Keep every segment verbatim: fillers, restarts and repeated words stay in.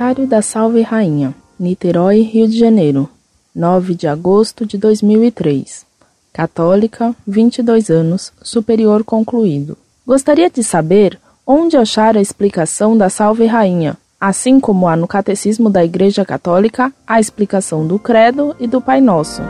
Comentário da Salve Rainha, Niterói, Rio de Janeiro, nove de agosto de dois mil e três. Católica, vinte e dois anos, superior concluído. Gostaria de saber onde achar a explicação da Salve Rainha, assim como há no Catecismo da Igreja Católica a explicação do Credo e do Pai Nosso.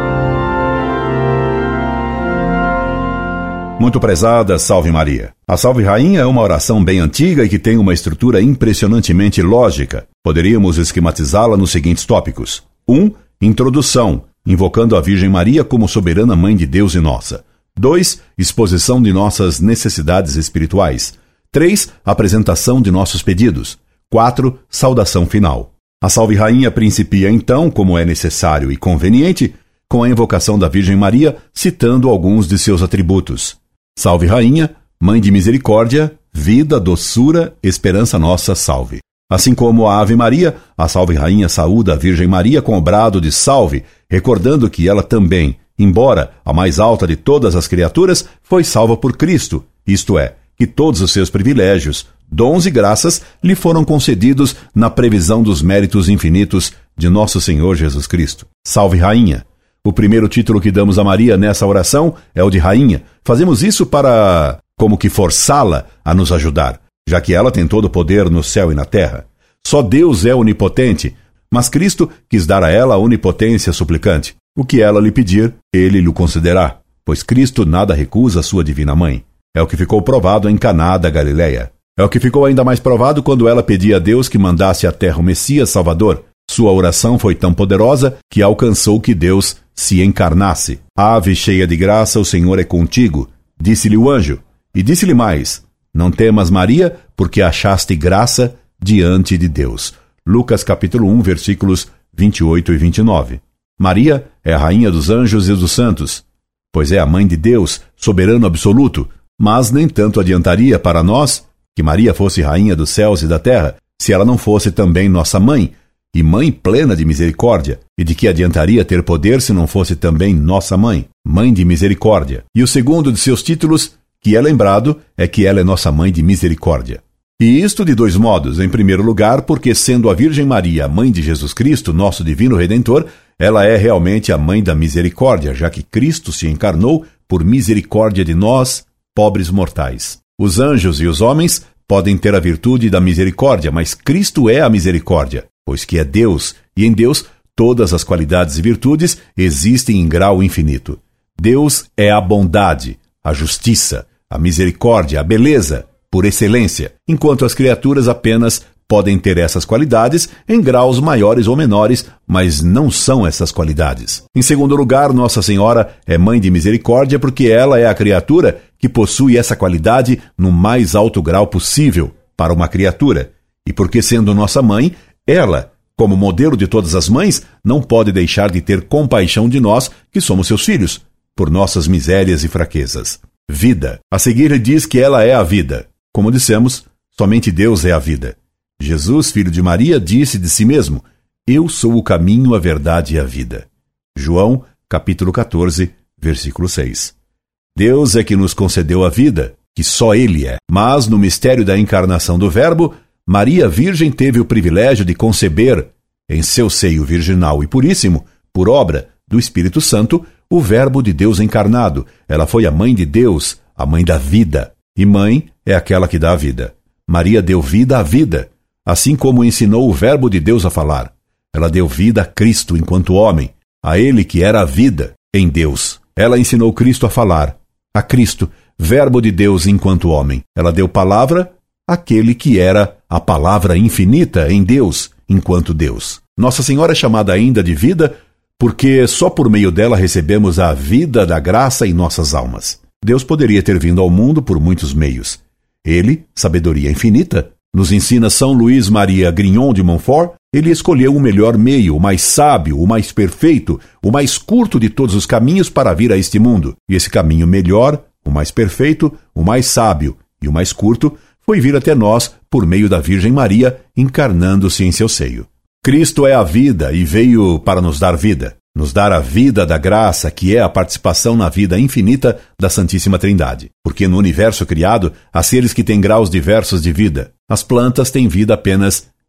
Muito prezada Salve Maria. A Salve Rainha é uma oração bem antiga e que tem uma estrutura impressionantemente lógica. Poderíamos esquematizá-la nos seguintes tópicos. um. Introdução, invocando a Virgem Maria como soberana Mãe de Deus e nossa. dois. Exposição de nossas necessidades espirituais. três. Apresentação de nossos pedidos. quatro. Saudação final. A Salve Rainha principia então, como é necessário e conveniente, com a invocação da Virgem Maria, citando alguns de seus atributos. Salve Rainha, Mãe de Misericórdia, vida, doçura, esperança nossa, salve. Assim como a Ave Maria, a Salve Rainha saúda a Virgem Maria com o brado de salve, recordando que ela também, embora a mais alta de todas as criaturas, foi salva por Cristo, isto é, que todos os seus privilégios, dons e graças lhe foram concedidos na previsão dos méritos infinitos de nosso Senhor Jesus Cristo. Salve Rainha! O primeiro título que damos a Maria nessa oração é o de Rainha. Fazemos isso para, como que forçá-la a nos ajudar, já que ela tem todo o poder no céu e na terra. Só Deus é onipotente, mas Cristo quis dar a ela a onipotência suplicante. O que ela lhe pedir, ele lhe concederá, pois Cristo nada recusa a sua divina mãe. É o que ficou provado em Caná da Galileia. É o que ficou ainda mais provado quando ela pedia a Deus que mandasse à terra o Messias Salvador. Sua oração foi tão poderosa que alcançou que Deus se encarnasse. Ave cheia de graça, o Senhor é contigo, disse-lhe o anjo. E disse-lhe mais, não temas, Maria, porque achaste graça diante de Deus. Lucas capítulo um, versículos vinte e oito e vinte e nove. Maria é a rainha dos anjos e dos santos, pois é a mãe de Deus, soberano absoluto, mas nem tanto adiantaria para nós que Maria fosse rainha dos céus e da terra, se ela não fosse também nossa mãe, e mãe plena de misericórdia, e de que adiantaria ter poder se não fosse também nossa mãe, mãe de misericórdia. E o segundo de seus títulos, que é lembrado, é que ela é nossa mãe de misericórdia. E isto de dois modos. Em primeiro lugar, porque sendo a Virgem Maria a mãe de Jesus Cristo, nosso divino Redentor, ela é realmente a mãe da misericórdia, já que Cristo se encarnou por misericórdia de nós, pobres mortais. Os anjos e os homens podem ter a virtude da misericórdia, mas Cristo é a misericórdia, pois que é Deus, e em Deus todas as qualidades e virtudes existem em grau infinito. Deus é a bondade, a justiça, a misericórdia, a beleza, por excelência, enquanto as criaturas apenas podem ter essas qualidades em graus maiores ou menores, mas não são essas qualidades. Em segundo lugar, Nossa Senhora é mãe de misericórdia porque ela é a criatura que possui essa qualidade no mais alto grau possível para uma criatura, e porque sendo nossa mãe, ela, como modelo de todas as mães, não pode deixar de ter compaixão de nós, que somos seus filhos, por nossas misérias e fraquezas. Vida. A seguir diz que ela é a vida. Como dissemos, somente Deus é a vida. Jesus, filho de Maria, disse de si mesmo, eu sou o caminho, a verdade e a vida. João, capítulo catorze, versículo seis. Deus é que nos concedeu a vida, que só Ele é. Mas, no mistério da encarnação do Verbo, Maria Virgem teve o privilégio de conceber, em seu seio virginal e puríssimo, por obra do Espírito Santo, o Verbo de Deus encarnado. Ela foi a mãe de Deus, a mãe da vida. E mãe é aquela que dá a vida. Maria deu vida à vida, assim como ensinou o Verbo de Deus a falar. Ela deu vida a Cristo enquanto homem, a Ele que era a vida em Deus. Ela ensinou Cristo a falar, a Cristo, Verbo de Deus enquanto homem. Ela deu palavra àquele que era a palavra infinita em Deus enquanto Deus. Nossa Senhora é chamada ainda de vida porque só por meio dela recebemos a vida da graça em nossas almas. Deus poderia ter vindo ao mundo por muitos meios. Ele, sabedoria infinita, nos ensina São Luís Maria Grignon de Montfort, ele escolheu o melhor meio, o mais sábio, o mais perfeito, o mais curto de todos os caminhos para vir a este mundo. E esse caminho melhor, o mais perfeito, o mais sábio e o mais curto, foi vir até nós por meio da Virgem Maria, encarnando-se em seu seio. Cristo é a vida e veio para nos dar vida. Nos dar a vida da graça, que é a participação na vida infinita da Santíssima Trindade. Porque no universo criado, há seres que têm graus diversos de vida. As plantas têm vida apenas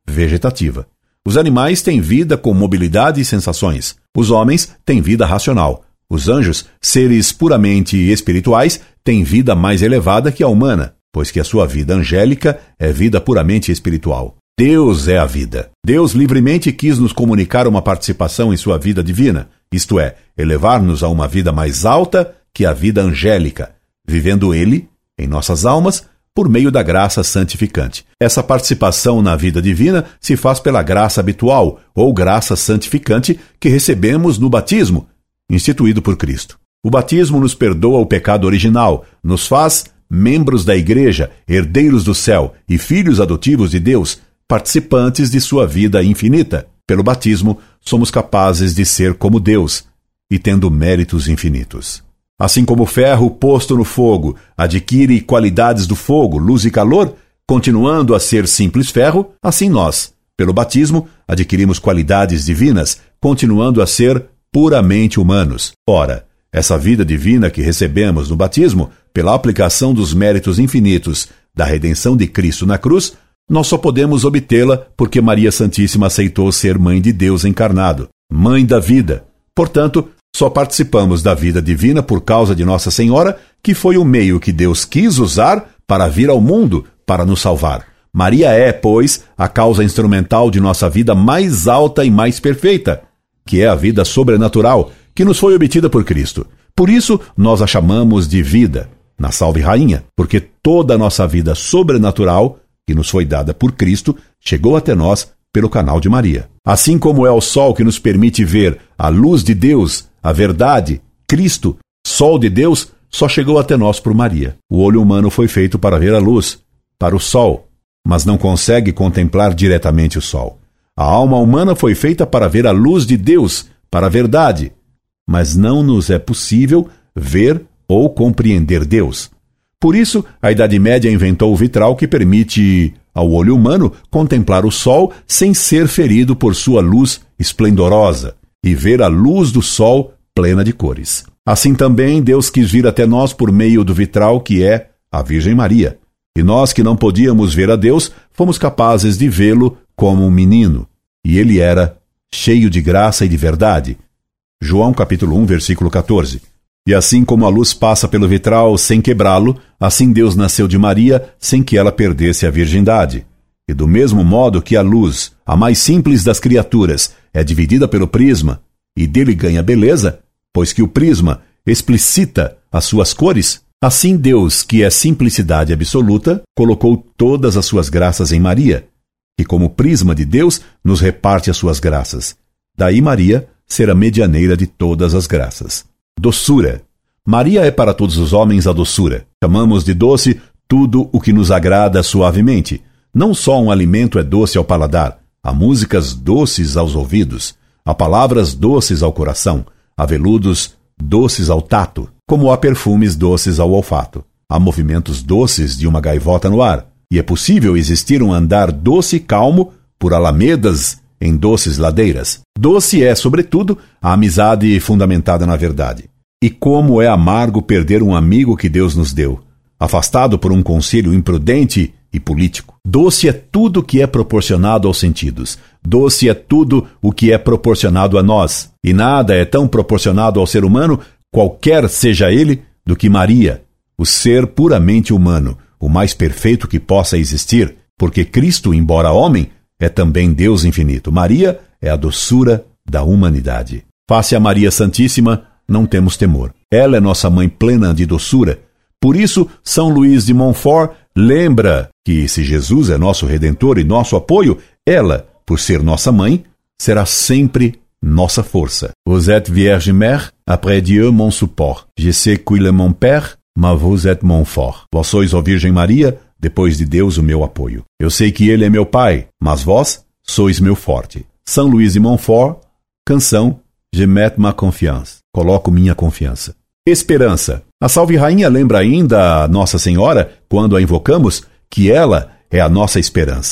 vegetativa. Os animais têm vida com mobilidade e sensações. Os homens têm vida racional. Os anjos, seres puramente espirituais, têm vida mais elevada que a humana, pois que a sua vida angélica é vida puramente espiritual. Deus é a vida. Deus livremente quis nos comunicar uma participação em sua vida divina, isto é, elevar-nos a uma vida mais alta que a vida angélica, vivendo Ele, em nossas almas, por meio da graça santificante. Essa participação na vida divina se faz pela graça habitual, ou graça santificante, que recebemos no batismo, instituído por Cristo. O batismo nos perdoa o pecado original, nos faz membros da Igreja, herdeiros do céu e filhos adotivos de Deus, participantes de sua vida infinita. Pelo batismo, somos capazes de ser como Deus e tendo méritos infinitos. Assim como o ferro posto no fogo adquire qualidades do fogo, luz e calor, continuando a ser simples ferro, assim nós, pelo batismo, adquirimos qualidades divinas, continuando a ser puramente humanos. Ora, essa vida divina que recebemos no batismo, pela aplicação dos méritos infinitos da redenção de Cristo na cruz, nós só podemos obtê-la porque Maria Santíssima aceitou ser mãe de Deus encarnado, mãe da vida. Portanto, só participamos da vida divina por causa de Nossa Senhora, que foi o meio que Deus quis usar para vir ao mundo para nos salvar. Maria é, pois, a causa instrumental de nossa vida mais alta e mais perfeita, que é a vida sobrenatural, que nos foi obtida por Cristo. Por isso, nós a chamamos de vida, na Salve Rainha, porque toda a nossa vida sobrenatural, que nos foi dada por Cristo, chegou até nós pelo canal de Maria. Assim como é o sol que nos permite ver a luz de Deus, a verdade, Cristo, sol de Deus, só chegou até nós por Maria. O olho humano foi feito para ver a luz, para o sol, mas não consegue contemplar diretamente o sol. A alma humana foi feita para ver a luz de Deus, para a verdade, mas não nos é possível ver ou compreender Deus. Por isso, a Idade Média inventou o vitral que permite ao olho humano contemplar o sol sem ser ferido por sua luz esplendorosa e ver a luz do sol plena de cores. Assim também Deus quis vir até nós por meio do vitral que é a Virgem Maria. E nós que não podíamos ver a Deus, fomos capazes de vê-lo como um menino. E ele era cheio de graça e de verdade. João capítulo um, versículo catorze. E assim como a luz passa pelo vitral sem quebrá-lo, assim Deus nasceu de Maria sem que ela perdesse a virgindade. E do mesmo modo que a luz, a mais simples das criaturas, é dividida pelo prisma, e dele ganha beleza, pois que o prisma explicita as suas cores, assim Deus, que é simplicidade absoluta, colocou todas as suas graças em Maria, que como prisma de Deus nos reparte as suas graças. Daí Maria ser a medianeira de todas as graças. Doçura. Maria é para todos os homens a doçura. Chamamos de doce tudo o que nos agrada suavemente. Não só um alimento é doce ao paladar, há músicas doces aos ouvidos, há palavras doces ao coração, há veludos doces ao tato, como há perfumes doces ao olfato. Há movimentos doces de uma gaivota no ar, e é possível existir um andar doce e calmo por alamedas em doces ladeiras. Doce é, sobretudo, a amizade fundamentada na verdade. E como é amargo perder um amigo que Deus nos deu, afastado por um conselho imprudente e político. Doce é tudo o que é proporcionado aos sentidos. Doce é tudo o que é proporcionado a nós. E nada é tão proporcionado ao ser humano, qualquer seja ele, do que Maria, o ser puramente humano, o mais perfeito que possa existir, porque Cristo, embora homem, é também Deus infinito. Maria é a doçura da humanidade. Face a Maria Santíssima, não temos temor. Ela é nossa mãe plena de doçura. Por isso, São Luís de Montfort lembra que, se Jesus é nosso Redentor e nosso apoio, ela, por ser nossa mãe, será sempre nossa força. Vous êtes Vierge Mère, après Dieu mon support. Je sais qu'il est mon Père, mas vous êtes mon fort. Vós sois, ó Virgem Maria, depois de Deus o meu apoio. Eu sei que Ele é meu Pai, mas vós sois meu forte. São Luís de Montfort, canção Je mets ma confiance. Coloco minha confiança. Esperança. A Salve Rainha lembra ainda a Nossa Senhora, quando a invocamos, que ela é a nossa esperança.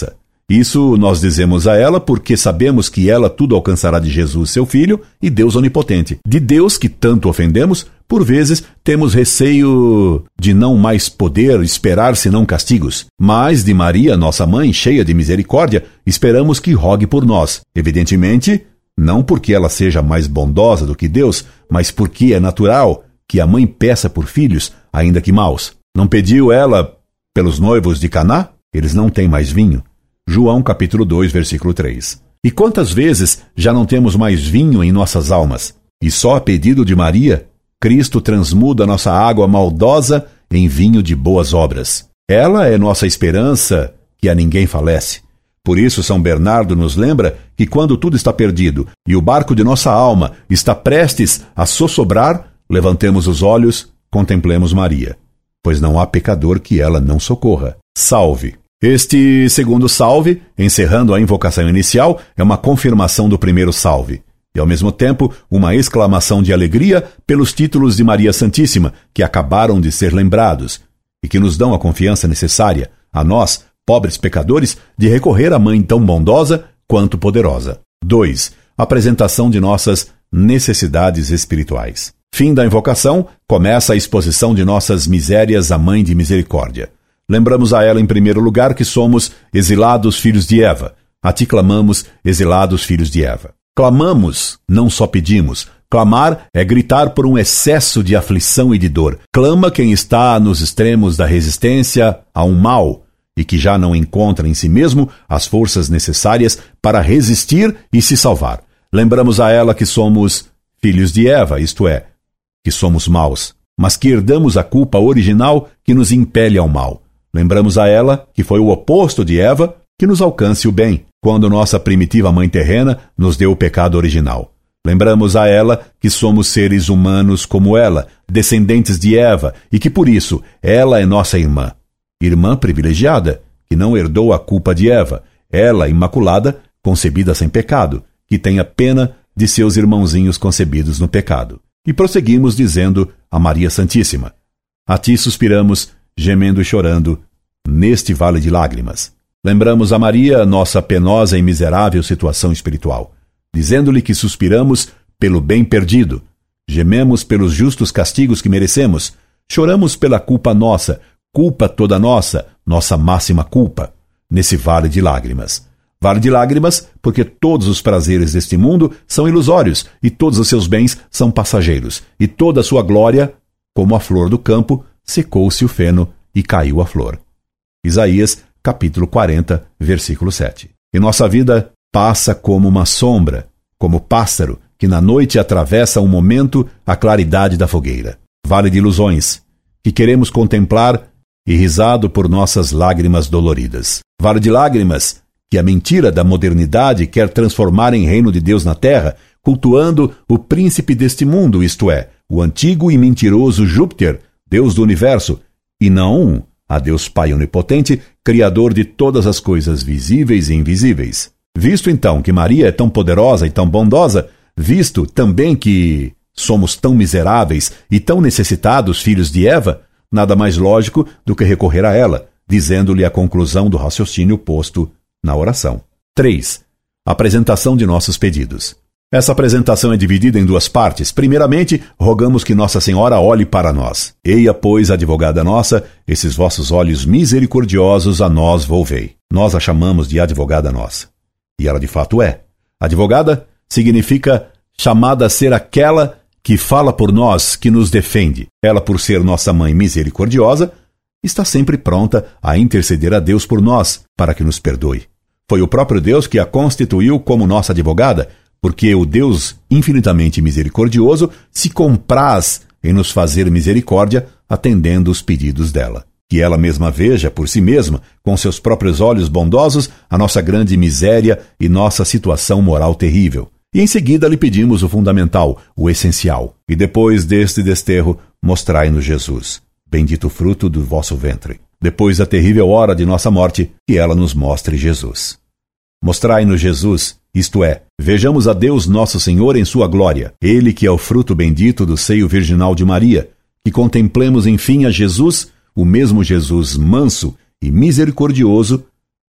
Isso nós dizemos a ela porque sabemos que ela tudo alcançará de Jesus, seu Filho, e Deus onipotente. De Deus que tanto ofendemos, por vezes temos receio de não mais poder esperar senão castigos. Mas de Maria, nossa mãe, cheia de misericórdia, esperamos que rogue por nós. Evidentemente, não porque ela seja mais bondosa do que Deus, mas porque é natural que a mãe peça por filhos, ainda que maus. Não pediu ela pelos noivos de Caná? Eles não têm mais vinho. João capítulo dois, versículo três. E quantas vezes já não temos mais vinho em nossas almas? E só a pedido de Maria, Cristo transmuda nossa água maldosa em vinho de boas obras. Ela é nossa esperança que a ninguém falece. Por isso São Bernardo nos lembra que quando tudo está perdido e o barco de nossa alma está prestes a sossobrar, levantemos os olhos, contemplemos Maria, pois não há pecador que ela não socorra. Salve! Este segundo salve, encerrando a invocação inicial, é uma confirmação do primeiro salve, e ao mesmo tempo uma exclamação de alegria pelos títulos de Maria Santíssima, que acabaram de ser lembrados, e que nos dão a confiança necessária, a nós, pobres pecadores, de recorrer à Mãe tão bondosa quanto poderosa. dois. Apresentação de nossas necessidades espirituais. Fim da invocação, começa a exposição de nossas misérias à Mãe de Misericórdia. Lembramos a ela, em primeiro lugar, que somos exilados filhos de Eva. A ti clamamos, exilados filhos de Eva. Clamamos, não só pedimos. Clamar é gritar por um excesso de aflição e de dor. Clama quem está nos extremos da resistência a um mal e que já não encontra em si mesmo as forças necessárias para resistir e se salvar. Lembramos a ela que somos filhos de Eva, isto é, que somos maus, mas que herdamos a culpa original que nos impele ao mal. Lembramos a ela que foi o oposto de Eva que nos alcance o bem, quando nossa primitiva mãe terrena nos deu o pecado original. Lembramos a ela que somos seres humanos como ela, descendentes de Eva, e que por isso ela é nossa irmã. Irmã privilegiada, que não herdou a culpa de Eva, ela imaculada, concebida sem pecado, que tem a pena de seus irmãozinhos concebidos no pecado. E prosseguimos dizendo a Maria Santíssima: a ti suspiramos, gemendo e chorando, neste vale de lágrimas. Lembramos a Maria nossa penosa e miserável situação espiritual, dizendo-lhe que suspiramos pelo bem perdido, gememos pelos justos castigos que merecemos, choramos pela culpa nossa, culpa toda nossa, nossa máxima culpa, nesse vale de lágrimas. Vale de lágrimas porque todos os prazeres deste mundo são ilusórios e todos os seus bens são passageiros, e toda a sua glória, como a flor do campo, secou-se o feno e caiu a flor. Isaías, capítulo quarenta, versículo sete. E nossa vida passa como uma sombra, como pássaro que na noite atravessa um momento a claridade da fogueira. Vale de ilusões, que queremos contemplar irrisado por nossas lágrimas doloridas. Vale de lágrimas, que a mentira da modernidade quer transformar em reino de Deus na terra, cultuando o príncipe deste mundo, isto é, o antigo e mentiroso Júpiter, Deus do universo, e não a Deus Pai onipotente, criador de todas as coisas visíveis e invisíveis. Visto então que Maria é tão poderosa e tão bondosa, visto também que somos tão miseráveis e tão necessitados filhos de Eva, nada mais lógico do que recorrer a ela, dizendo-lhe a conclusão do raciocínio posto na oração. três. Apresentação de nossos pedidos. Essa apresentação é dividida em duas partes. Primeiramente, rogamos que Nossa Senhora olhe para nós. Eia, pois, advogada nossa, esses vossos olhos misericordiosos a nós volvei. Nós a chamamos de advogada nossa. E ela de fato é. Advogada significa chamada a ser aquela que fala por nós, que nos defende. Ela, por ser nossa mãe misericordiosa, está sempre pronta a interceder a Deus por nós, para que nos perdoe. Foi o próprio Deus que a constituiu como nossa advogada, porque o Deus infinitamente misericordioso se compraz em nos fazer misericórdia, atendendo os pedidos dela. Que ela mesma veja por si mesma, com seus próprios olhos bondosos, a nossa grande miséria e nossa situação moral terrível. E em seguida lhe pedimos o fundamental, o essencial. E depois deste desterro, mostrai-nos Jesus, bendito o fruto do vosso ventre. Depois da terrível hora de nossa morte, que ela nos mostre Jesus. Mostrai-nos Jesus, isto é, vejamos a Deus nosso Senhor em sua glória, Ele que é o fruto bendito do seio virginal de Maria, que contemplemos enfim a Jesus, o mesmo Jesus manso e misericordioso,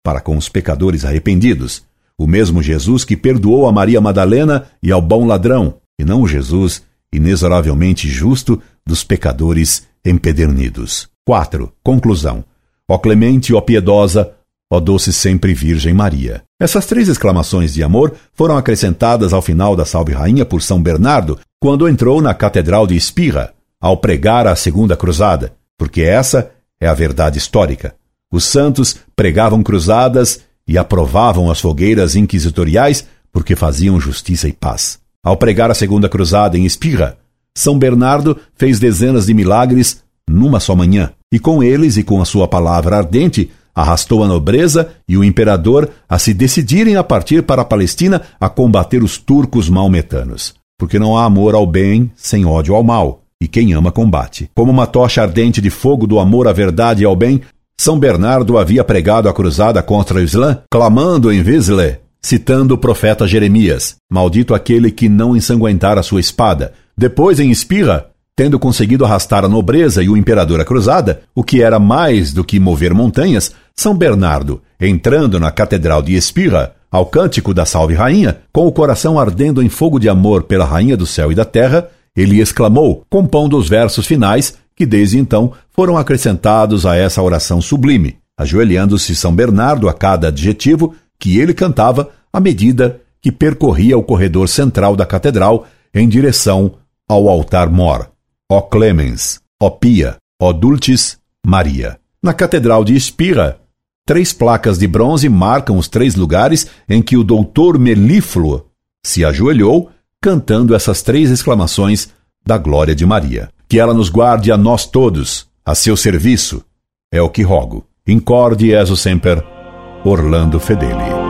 para com os pecadores arrependidos, o mesmo Jesus que perdoou a Maria Madalena e ao bom ladrão, e não o Jesus inexoravelmente justo dos pecadores empedernidos. quatro. Conclusão. Ó clemente, ó piedosa, ó doce sempre Virgem Maria. Essas três exclamações de amor foram acrescentadas ao final da Salve Rainha por São Bernardo, quando entrou na Catedral de Espirra, ao pregar a Segunda Cruzada, porque essa é a verdade histórica. Os santos pregavam cruzadas e aprovavam as fogueiras inquisitoriais porque faziam justiça e paz. Ao pregar a Segunda Cruzada em Espirra, São Bernardo fez dezenas de milagres numa só manhã, e com eles e com a sua palavra ardente, arrastou a nobreza e o imperador a se decidirem a partir para a Palestina a combater os turcos maometanos. Porque não há amor ao bem sem ódio ao mal, e quem ama combate. Como uma tocha ardente de fogo do amor à verdade e ao bem, São Bernardo havia pregado a cruzada contra o Islã, clamando em Wisle, citando o profeta Jeremias: maldito aquele que não ensanguentar a sua espada. Depois, em Espirra, tendo conseguido arrastar a nobreza e o imperador à cruzada, o que era mais do que mover montanhas, São Bernardo, entrando na Catedral de Espirra, ao cântico da Salve Rainha, com o coração ardendo em fogo de amor pela Rainha do céu e da terra, ele exclamou, compondo os versos finais, que desde então foram acrescentados a essa oração sublime, ajoelhando-se São Bernardo a cada adjetivo que ele cantava à medida que percorria o corredor central da catedral em direção ao altar-mor. Ó Clemens, ó Pia, ó Dulcis Maria. Na Catedral de Espirra, três placas de bronze marcam os três lugares em que o doutor Melífluo se ajoelhou, cantando essas três exclamações da glória de Maria. Que ela nos guarde a nós todos, a seu serviço, é o que rogo. Incorde Jesus Semper, Orlando Fedeli.